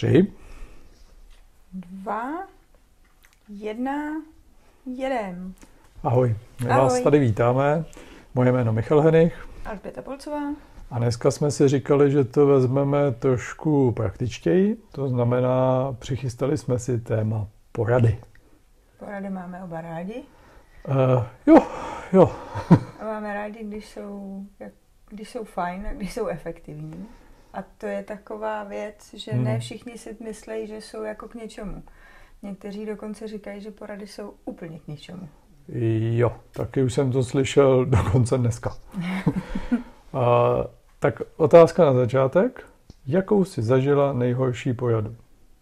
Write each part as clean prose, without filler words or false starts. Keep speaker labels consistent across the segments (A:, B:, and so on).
A: 3,
B: 2, 1, jedem.
A: Ahoj, my
B: Ahoj.
A: vás tady vítáme. Moje jméno Michal Henich.
B: Alžběta Polcová.
A: A dneska jsme si říkali, že to vezmeme trošku praktičtěji. To znamená, přichystali jsme si téma porady.
B: Porady máme oba rádi.
A: Jo.
B: A máme rádi, když jsou fajn a když jsou efektivní. A to je taková věc, že ne všichni si myslejí, že jsou jako k něčemu. Někteří dokonce říkají, že porady jsou úplně k něčemu.
A: Jo, taky už jsem to slyšel dokonce dneska. Tak otázka na začátek. Jakou jsi zažila nejhorší poradu?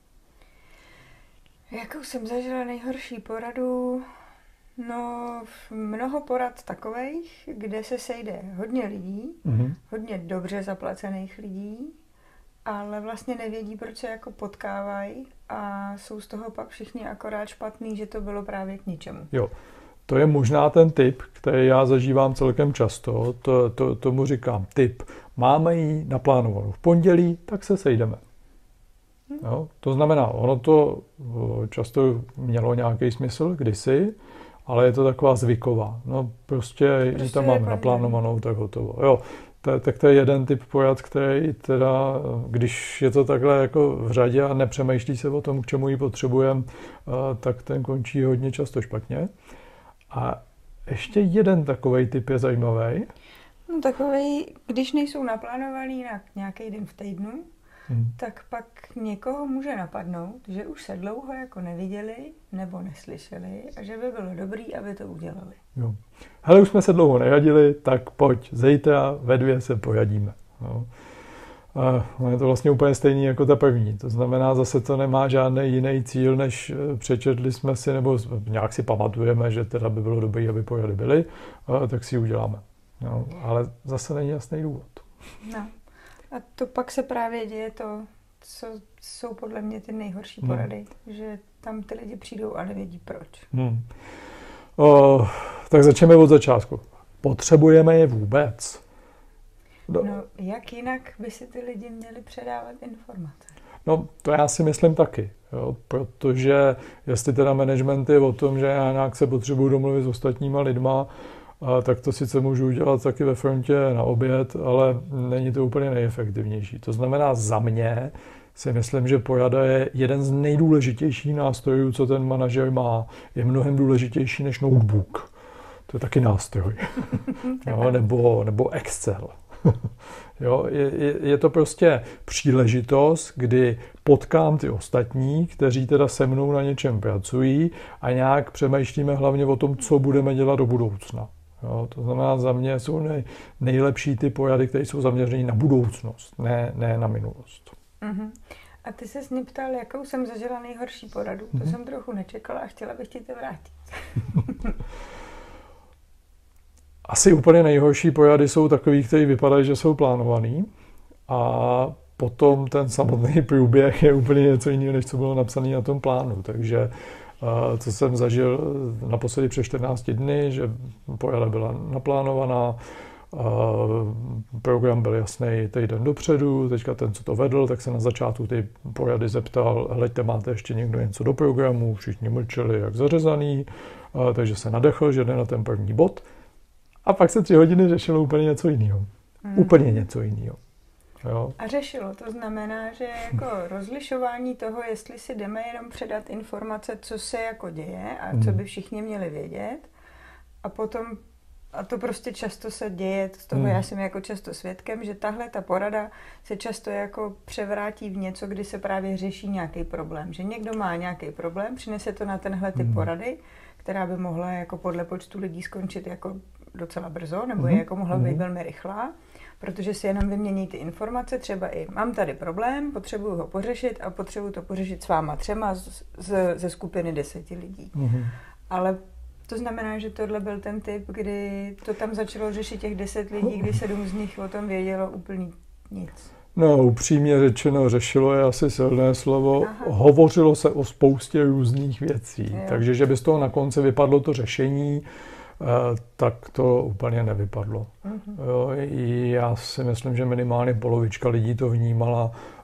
B: Jakou jsem zažila nejhorší poradu? No, mnoho porad takových, kde se sejde hodně lidí, hodně dobře zaplacených lidí, ale vlastně nevědí, proč se jako potkávají a jsou z toho pak všichni akorát špatný, že to bylo právě k ničemu.
A: Jo, to je možná ten tip, který já zažívám celkem často. Tomu říkám tip. Máme ji naplánovanou v pondělí, tak se sejdeme. Jo, to znamená, ono to často mělo nějaký smysl kdysi, ale je to taková zvyková. No prostě že tam máme naplánovanou, tak hotovo. Jo, tak to je jeden typ porad, který teda, když je to takhle jako v řadě a nepřemýšlí se o tom, k čemu ji potřebujeme, tak ten končí hodně často špatně. A ještě jeden takovej typ je zajímavý.
B: No takovej, když nejsou naplánovaný na nějaký den v týdnu, tak pak někoho může napadnout, že už se dlouho jako neviděli nebo neslyšeli a že by bylo dobrý, aby to udělali.
A: Jo. Hele, už jsme se dlouho nejadili, tak pojď, zítra ve 2 se pojadíme. Jo. A je to vlastně úplně stejný jako ta první. To znamená, zase to nemá žádný jiný cíl, než přečetli jsme si, nebo nějak si pamatujeme, že teda by bylo dobré, aby pojady byly, tak si ji uděláme. Jo. Ale zase není jasný důvod.
B: No. A to pak se právě děje to, co jsou podle mě ty nejhorší porady, že tam ty lidi přijdou a nevědí proč.
A: Tak začneme od začátku. Potřebujeme je vůbec?
B: No, jak jinak by si ty lidi měli předávat informace?
A: No, to já si myslím taky, jo, protože jestli teda management je o tom, že já nějak se potřebuji domluvit s ostatníma lidma, tak to sice můžu udělat taky ve frontě na oběd, ale není to úplně nejefektivnější. To znamená, za mě si myslím, že porada je jeden z nejdůležitějších nástrojů, co ten manažer má. Je mnohem důležitější než notebook. To je taky nástroj. Jo, nebo Excel. Jo, je to prostě příležitost, kdy potkám ty ostatní, kteří teda se mnou na něčem pracují a nějak přemýšlíme hlavně o tom, co budeme dělat do budoucna. Jo, to znamená, za mě jsou nejlepší ty porady, které jsou zaměřené na budoucnost, ne na minulost.
B: A ty se mě ptal, jakou jsem zažila nejhorší poradu. To jsem trochu nečekala a chtěla bych ti to vrátit.
A: Asi úplně nejhorší porady jsou takový, které vypadají, že jsou plánovaný a potom ten samotný průběh je úplně něco jiného, než co bylo napsané na tom plánu. Takže co jsem zažil naposledy před 14 dny, že porada byla naplánovaná, program byl jasný týden dopředu, teďka ten, co to vedl, tak se na začátku ty porady zeptal, hleďte, máte ještě někdo něco do programu, všichni mlčeli jak zařezaný, takže se nadechl, že jde na ten první bod. A pak se 3 hodiny řešilo úplně něco jiného. Úplně něco jiného. Jo.
B: A řešilo, to znamená, že jako rozlišování toho, jestli si jdeme jenom předat informace, co se jako děje a co by všichni měli vědět. A potom, a to prostě často se děje, z toho já jsem jako často svědkem, že tahle ta porada se často jako převrátí v něco, kdy se právě řeší nějaký problém. Že někdo má nějaký problém, přinese to na tenhle typ porady, která by mohla jako podle počtu lidí skončit jako docela brzo, nebo je jako mohla být velmi rychlá, protože si jenom vymění ty informace, třeba i mám tady problém, potřebuju ho pořešit a potřebuju to pořešit s váma 3 ze skupiny 10 lidí. Ale to znamená, že tohle byl ten typ, kdy to tam začalo řešit těch 10 lidí, kdy 7 z nich o tom vědělo úplně nic.
A: No, upřímně řečeno, řešilo je asi silné slovo. Hovořilo se o spoustě různých věcí. Jo. Takže, že by z toho na konci vypadlo to řešení, tak to úplně nevypadlo. Jo, já si myslím, že minimálně polovička lidí to vnímala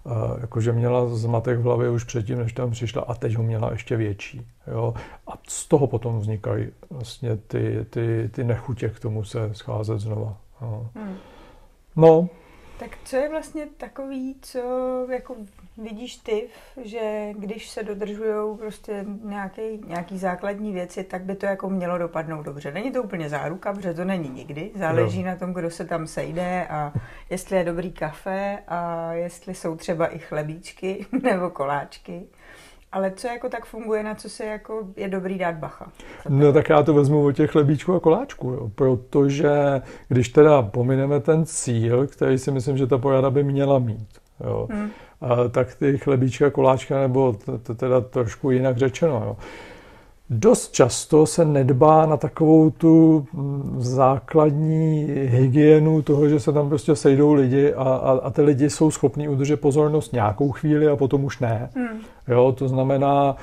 A: jakože měla zmatek v hlavě už předtím, než tam přišla a teď ho měla ještě větší. Jo? A z toho potom vznikají vlastně ty nechutě k tomu se scházet znova. Jo. No.
B: Tak co je vlastně takový, co jako vidíš ty, že když se dodržujou prostě nějaký základní věci, tak by to jako mělo dopadnout dobře. Není to úplně záruka, protože to není nikdy. Záleží na tom, kdo se tam sejde a jestli je dobrý kafe a jestli jsou třeba i chlebíčky nebo koláčky. Ale co jako tak funguje, na co se jako je dobrý dát bacha?
A: No tak já to vezmu od těch chlebíčků a koláčků, jo. Protože když teda pomineme ten cíl, který si myslím, že ta porada by měla mít, jo, tak ty chlebíčky a koláčka, nebo to teda trošku jinak řečeno, jo. Dost často se nedbá na takovou tu základní hygienu toho, že se tam prostě sejdou lidi a ty lidi jsou schopní udržet pozornost nějakou chvíli a potom už ne. Jo, to znamená,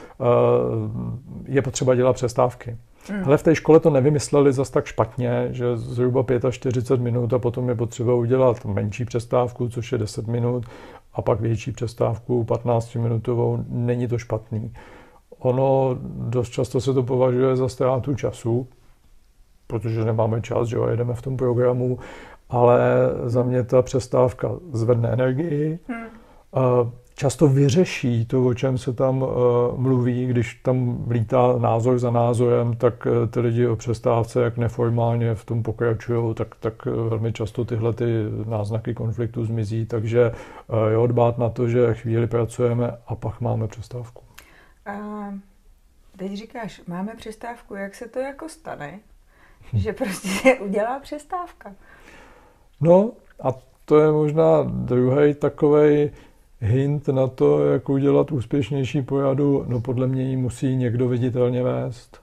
A: je potřeba dělat přestávky. Ale v té škole to nevymysleli zas tak špatně, že zhruba 45 minut a potom je potřeba udělat menší přestávku, což je 10 minut, a pak větší přestávku 15-minutovou. Není to špatný. Ono dost často se to považuje za ztrátu času, protože nemáme čas, že jo, jedeme v tom programu, ale za mě ta přestávka zvedne energii, často vyřeší to, o čem se tam mluví, když tam lítá názor za názorem, tak ty lidi o přestávce, jak neformálně v tom pokračují, tak velmi často tyhle ty náznaky konfliktu zmizí, takže jo, dbát na to, že chvíli pracujeme a pak máme přestávku.
B: A teď říkáš, máme přestávku, jak se to jako stane, že prostě se udělá přestávka?
A: No a to je možná druhý takovej hint na to, jak udělat úspěšnější poradu. No podle mě ji musí někdo viditelně vést.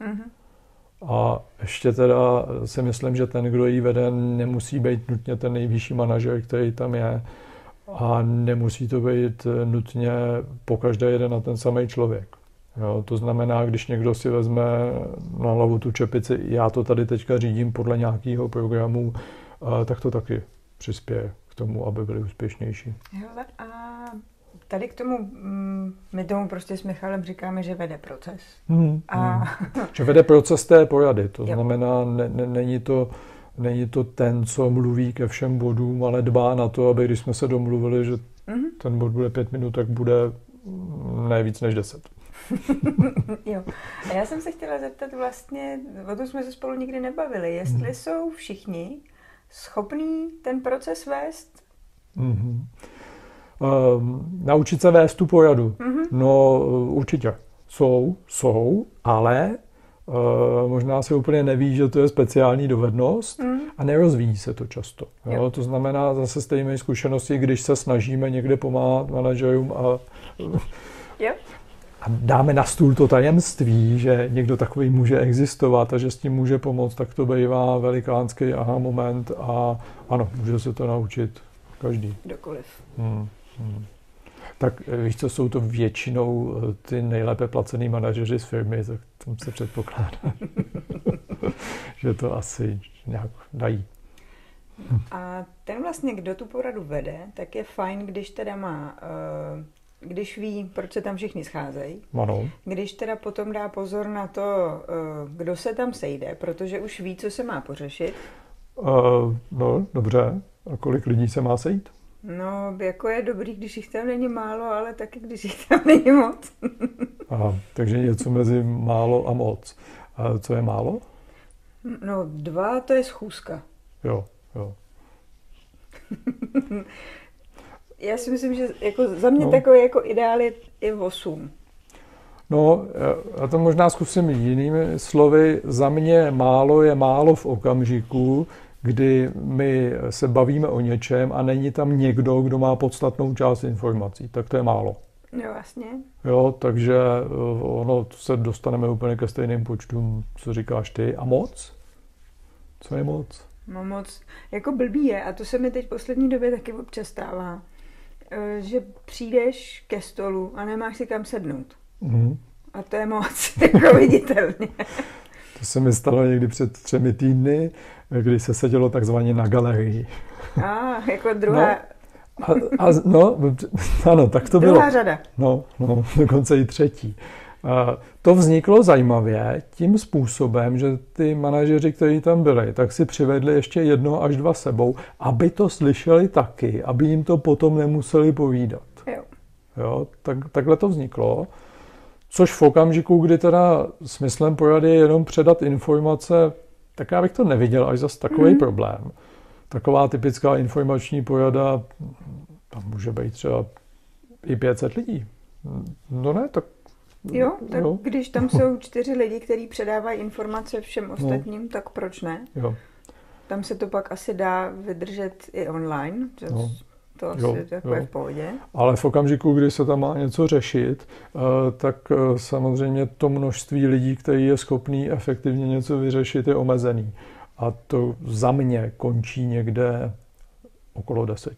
A: A ještě teda si myslím, že ten, kdo ji vede, nemusí být nutně ten nejvyšší manažer, který tam je. A nemusí to být nutně pokaždé jeden na ten samý člověk. Jo, to znamená, když někdo si vezme na hlavu tu čepici, já to tady teďka řídím podle nějakého programu, tak to taky přispěje k tomu, aby byli úspěšnější.
B: Jo, a tady k tomu, my tomu prostě s Michalem říkáme, že vede proces.
A: Že vede proces té porady, to znamená, není to ten, co mluví ke všem bodům, ale dbá na to, aby když jsme se domluvili, že ten bod bude 5 minut, tak bude ne víc než 10.
B: Jo. A já jsem se chtěla zeptat vlastně, o tom jsme se spolu nikdy nebavili, jestli jsou všichni schopní ten proces vést?
A: Naučit se vést tu poradu. No určitě. Jsou, ale možná se úplně neví, že to je speciální dovednost a nerozvíjí se to často. Jo? To znamená, zase stejné zkušenosti, když se snažíme někde pomáhat manažerům a dáme na stůl to tajemství, že někdo takový může existovat a že s tím může pomoct, tak to bývá velikánský aha moment a ano, může se to naučit každý.
B: Kdokoliv.
A: Tak víš, co jsou to většinou ty nejlépe placený manažeři z firmy, tak tam se předpokládá, že to asi nějak dají.
B: A ten vlastně, kdo tu poradu vede, tak je fajn, když teda má, když ví, proč se tam všichni scházejí.
A: Ano.
B: Když teda potom dá pozor na to, kdo se tam sejde, protože už ví, co se má pořešit.
A: No, dobře. A kolik lidí se má sejít?
B: No, jako je dobrý, když jich tam není málo, ale taky, když jich tam není moc.
A: Aha, takže něco mezi málo a moc. A co je málo?
B: No, 2 to je schůzka.
A: Jo.
B: Já si myslím, že jako za mě takový jako ideál je 8.
A: No, já to možná zkusím jinými slovy. Za mě málo je málo v okamžiku, kdy my se bavíme o něčem a není tam někdo, kdo má podstatnou část informací. Tak to je málo.
B: Jo, vlastně.
A: Jo, takže ono se dostaneme úplně ke stejným počtům, co říkáš ty. A moc? Co je moc?
B: No moc. Jako blbý je, a to se mi teď v poslední době taky občas stává, že přijdeš ke stolu a nemáš si kam sednout. A to je moc, jako viditelně.
A: To se mi stalo někdy před 3 týdny, kdy se sedělo takzvaně na galerii.
B: Jako druhá.
A: Ano, tak to bylo.
B: Druhá řada.
A: No, dokonce i třetí. To vzniklo zajímavě tím způsobem, že ty manažeři, kteří tam byli, tak si přivedli ještě 1 až 2 sebou, aby to slyšeli taky, aby jim to potom nemuseli povídat. Jo, takhle to vzniklo. Což v okamžiku, kdy teda smyslem porady je jenom předat informace, tak já bych to neviděl až zas takový problém. Taková typická informační porada, tam může být třeba i 500 lidí. No ne, tak...
B: Jo, tak když tam jsou 4 lidi, kteří předávají informace všem ostatním, tak proč ne?
A: Jo.
B: Tam se to pak asi dá vydržet i online, to asi je v pohodě.
A: Ale v okamžiku, kdy se tam má něco řešit, tak samozřejmě to množství lidí, který je schopný efektivně něco vyřešit, je omezený. A to za mě končí někde okolo 10.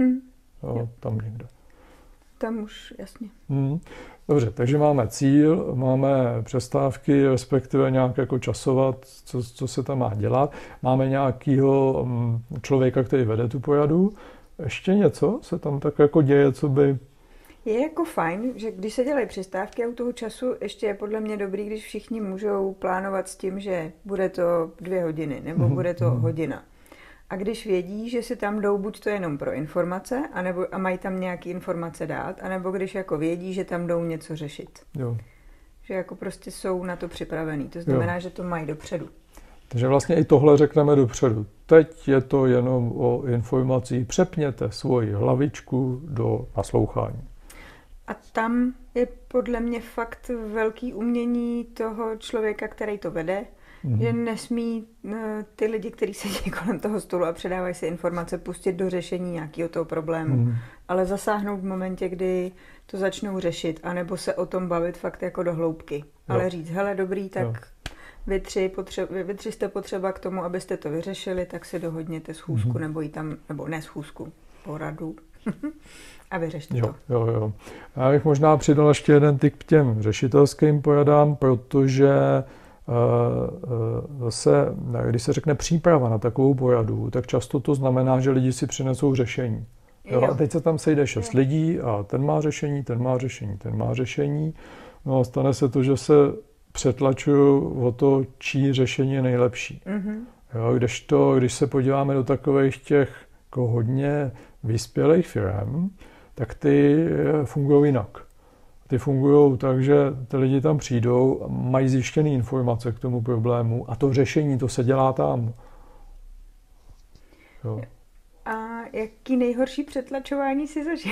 A: Tam někde.
B: Tam už, jasně.
A: Dobře, takže máme cíl, máme přestávky, respektive nějak jako časovat, co se tam má dělat. Máme nějakého člověka, který vede tu poradu. Ještě něco se tam tak jako děje, co by...
B: Je jako fajn, že když se dělají přestávky a u toho času ještě je podle mě dobrý, když všichni můžou plánovat s tím, že bude to 2 hodiny nebo bude to hodina. A když vědí, že si tam jdou buď to jenom pro informace, a mají tam nějaké informace dát, anebo když jako vědí, že tam jdou něco řešit.
A: Jo.
B: Že jako prostě jsou na to připravený. To znamená, že to mají dopředu.
A: Takže vlastně i tohle řekneme dopředu. Teď je to jenom o informací. Přepněte svoji hlavičku do naslouchání.
B: A tam je podle mě fakt velký umění toho člověka, který to vede, že nesmí ty lidi, kteří sedí kolem toho stolu a předávají si informace, pustit do řešení nějakého toho problému, ale zasáhnout v momentě, kdy to začnou řešit, anebo se o tom bavit fakt jako do hloubky. Ale říct, hele dobrý, tak vy tři jste potřeba k tomu, abyste to vyřešili, tak si dohodněte schůzku, nebo jí tam, nebo ne schůzku, poradu. A vyřešte to. Jo.
A: Já bych možná přidal ještě jeden tip k těm řešitelským poradám, protože zase, když se řekne příprava na takovou poradu, tak často to znamená, že lidi si přinesou řešení. Jo. A teď se tam sejde 6 lidí a ten má řešení. No a stane se to, že se přetlačují o to, čí řešení je nejlepší. Jo, když se podíváme do takových těch jako hodně vyspělých firm, tak ty fungují jinak. Ty fungují tak, že ty lidi tam přijdou, mají zjištěné informace k tomu problému a to řešení, to se dělá tam. Jo.
B: A jaký nejhorší přetlačování si zažil?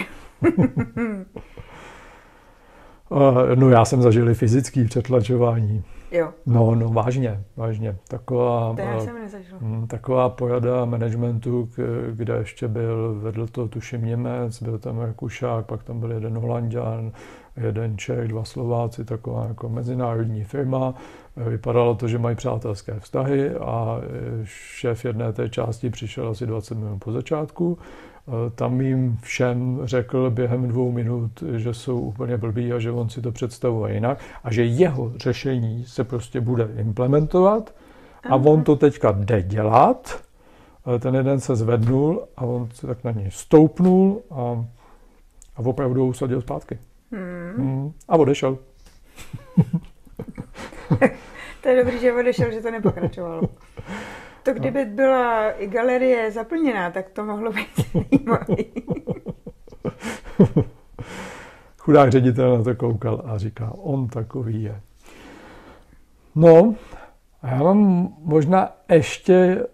A: No já jsem zažil i fyzický přetlačování.
B: Jo.
A: No, vážně.
B: To já jsem nezažil.
A: Taková porada managementu, kde ještě vedl to tuším Němec, byl tam Rakušák, pak tam byl jeden Holanďan, jeden Čech, 2 Slováci, taková jako mezinárodní firma. Vypadalo to, že mají přátelské vztahy a šéf jedné té části přišel asi 20 minut po začátku. Tam jim všem řekl během 2 minut, že jsou úplně blbí a že on si to představuje jinak a že jeho řešení se prostě bude implementovat a on to teďka jde dělat. Ten jeden se zvednul a on se tak na něj stoupnul a opravdu usadil zpátky. A odešel.
B: To je dobrý, že odešel, že to nepokračovalo. To kdyby byla i galerie zaplněná, tak to mohlo být zajímavý.
A: Chudák ředitel na to koukal a říká, on takový je. No, a já mám možná ještě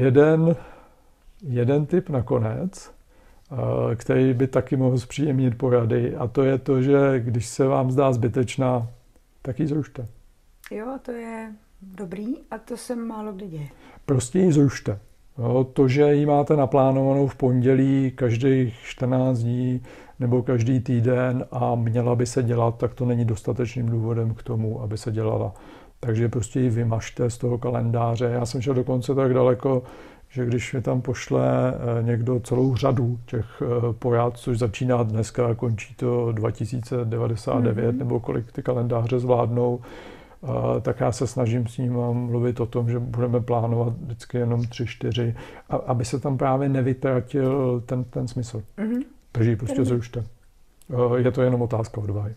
A: jeden tip nakonec, který by taky mohl zpříjemnit porady, a to je to, že když se vám zdá zbytečná, tak ji zrušte.
B: Jo, to je dobrý a to se málo kdy děje.
A: Prostě ji zrušte. Jo, to, že ji máte naplánovanou v pondělí každých 14 dní nebo každý týden a měla by se dělat, tak to není dostatečným důvodem k tomu, aby se dělala. Takže prostě ji vymažte z toho kalendáře. Já jsem šel dokonce tak daleko, že když mi tam pošle někdo celou řadu těch porad, což začíná dneska a končí to 2099, nebo kolik ty kalendáře zvládnou, tak já se snažím s ním mluvit o tom, že budeme plánovat vždycky jenom 3-4, aby se tam právě nevytratil ten smysl. Takže ji prostě zrušte. Je to jenom otázka odvahy.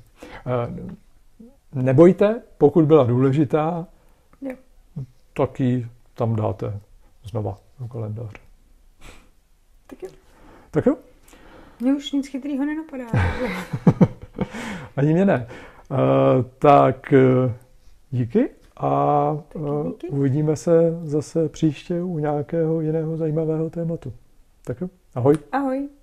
A: Nebojte, pokud byla důležitá, tak ji tam dáte znova do kalendáře. Tak jo?
B: Mně už nic chytrýho nenapadá.
A: Ani mě ne. Tak díky a díky. Uvidíme se zase příště u nějakého jiného zajímavého tématu. Tak jo, ahoj.
B: Ahoj.